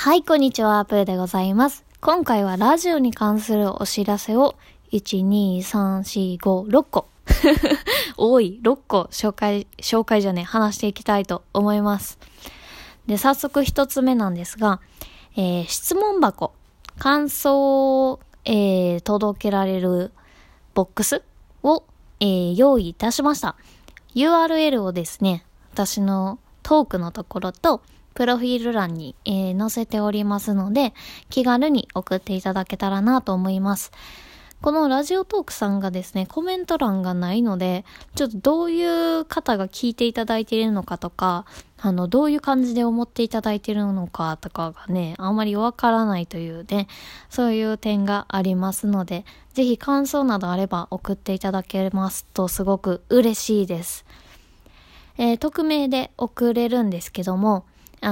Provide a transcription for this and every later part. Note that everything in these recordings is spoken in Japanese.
はい、こんにちは、プーでございます。今回はラジオに関するお知らせを1、2、3、4、5、6個多い6個話していきたいと思います。で、早速一つ目なんですが、質問箱、感想を、届けられるボックスを、用意いたしました。URL をですね、私のトークのところとプロフィール欄に、載せておりますので、気軽に送っていただけたらなと思います。このラジオトークさんがですね、コメント欄がないので、ちょっとどういう方が聞いていただいているのかとか、どういう感じで思っていただいているのかとかがね、あんまりわからないというね、そういう点がありますので、ぜひ感想などあれば送っていただけますとすごく嬉しいです。匿名で送れるんですけども、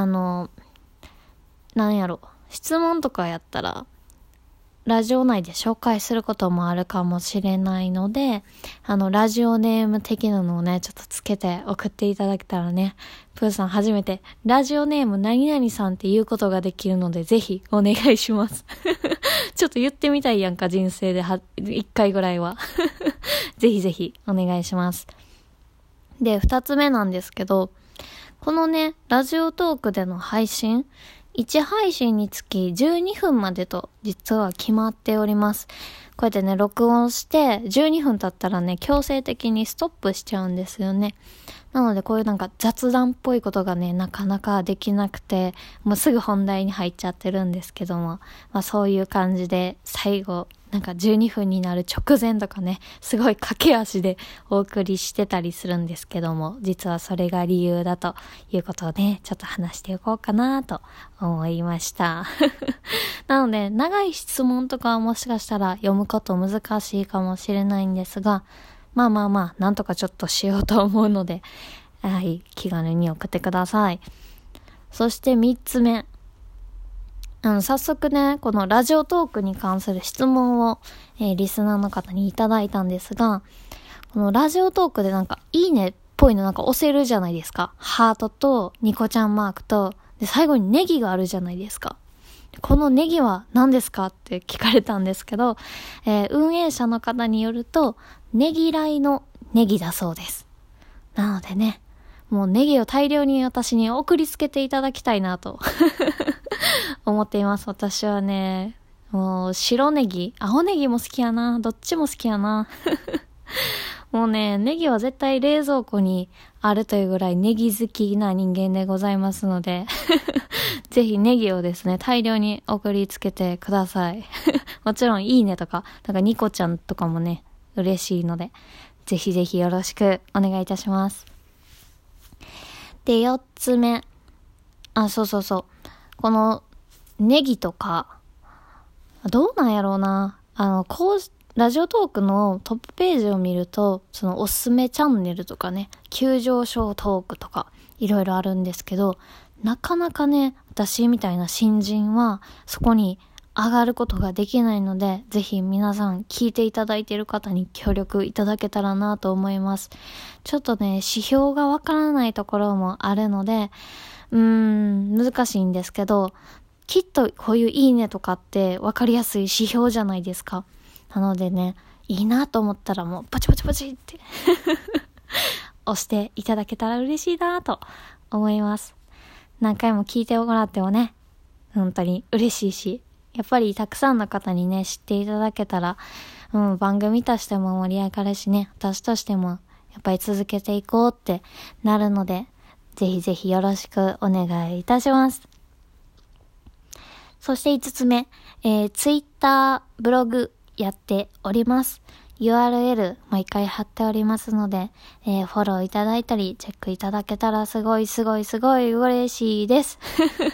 質問とかやったら、ラジオ内で紹介することもあるかもしれないので、ラジオネーム的なのをね、ちょっとつけて送っていただけたらね、プーさん初めて、ラジオネーム何々さんって言うことができるので、ぜひお願いします。ちょっと言ってみたいやんか、人生で1回ぐらいは。ぜひぜひお願いします。で、2つ目なんですけど、このね、ラジオトークでの配信、1配信につき12分までと実は決まっております。こうやってね、録音して12分経ったらね、強制的にストップしちゃうんですよね。なのでこういうなんか雑談っぽいことがね、なかなかできなくて、もうすぐ本題に入っちゃってるんですけども、そういう感じで最後、なんか12分になる直前とかね、すごい駆け足でお送りしてたりするんですけども、実はそれが理由だということをね、ちょっと話していこうかなと思いました。なので、長い質問とかはもしかしたら読むこと難しいかもしれないんですが、なんとかちょっとしようと思うので、はい、気軽に送ってください。そして3つ目。早速ね、このラジオトークに関する質問を、リスナーの方にいただいたんですが、このラジオトークでなんか、いいねっぽいのなんか押せるじゃないですか。ハートとニコちゃんマークと、で、最後にネギがあるじゃないですか。このネギは何ですかって聞かれたんですけど、運営者の方によると、ネギらいのネギだそうです。なのでね、もうネギを大量に私に送りつけていただきたいなと思っています。私はね、もう白ネギ、青ネギも好きやな。どっちも好きやな。もうね、ネギは絶対冷蔵庫にあるというぐらいネギ好きな人間でございますので、ぜひネギをですね、大量に送りつけてください。もちろんいいねとか、なんかニコちゃんとかもね、嬉しいので、ぜひぜひよろしくお願いいたします。で、4つ目。このネギとか、どうなんやろうな。ラジオトークのトップページを見ると、そのおすすめチャンネルとかね、急上昇トークとか、いろいろあるんですけど、なかなかね、私みたいな新人は、そこに上がることができないので、ぜひ皆さん聞いていただいている方に協力いただけたらなと思います。ちょっとね、指標がわからないところもあるので、難しいんですけど、きっとこういういいねとかってわかりやすい指標じゃないですか。なのでね、いいなと思ったらもうパチパチパチって押していただけたら嬉しいなと思います。何回も聞いてもらってもね、本当に嬉しいし、やっぱりたくさんの方にね、知っていただけたら、番組としても盛り上がるしね、私としてもやっぱり続けていこうってなるので、ぜひぜひよろしくお願いいたします。そして5つ目、Twitter、ブログやっております。URL 毎回貼っておりますので、フォローいただいたり、チェックいただけたらすごい嬉しいです。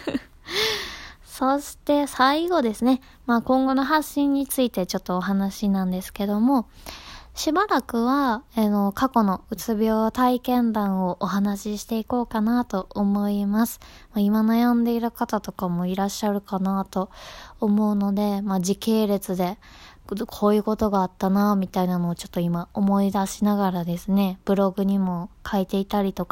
そして最後ですね。今後の発信についてちょっとお話なんですけども、しばらくは、過去のうつ病体験談をお話ししていこうかなと思います。今悩んでいる方とかもいらっしゃるかなと思うので、時系列でこういうことがあったなみたいなのをちょっと今思い出しながらですね、ブログにも書いていたりとか、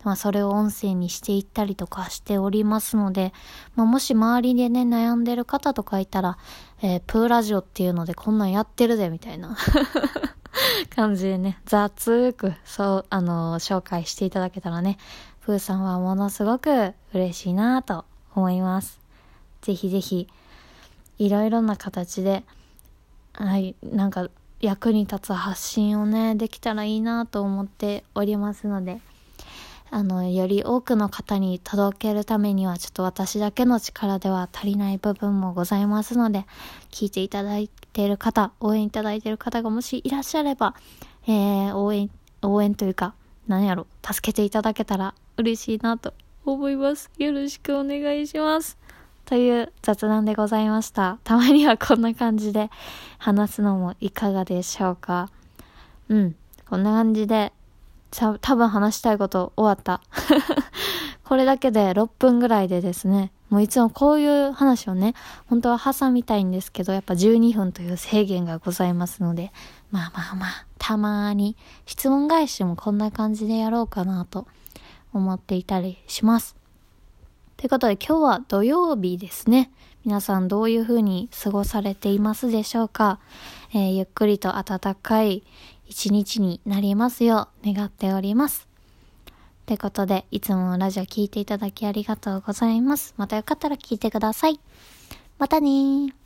それを音声にしていったりとかしておりますので、もし周りでね、悩んでる方とかいたら、プーラジオっていうのでこんなんやってるぜ、みたいな感じでね、雑く、紹介していただけたらね、プーさんはものすごく嬉しいなと思います。ぜひぜひ、いろいろな形で、なんか役に立つ発信をね、できたらいいなと思っておりますので、より多くの方に届けるためにはちょっと私だけの力では足りない部分もございますので、聞いていただいている方、応援いただいている方がもしいらっしゃれば、応援というか、助けていただけたら嬉しいなと思います。よろしくお願いします。という雑談でございました。たまにはこんな感じで話すのもいかがでしょうか。こんな感じで多分話したいこと終わった。これだけで6分ぐらいでですね、もういつもこういう話をね、本当は挟みたいんですけど、やっぱ12分という制限がございますので、たまに質問返しもこんな感じでやろうかなと思っていたりします。ということで今日は土曜日ですね。皆さんどういう風に過ごされていますでしょうか。ゆっくりと暖かい一日になりますよう願っております。ということでいつもラジオ聞いていただきありがとうございます。またよかったら聞いてください。またねー。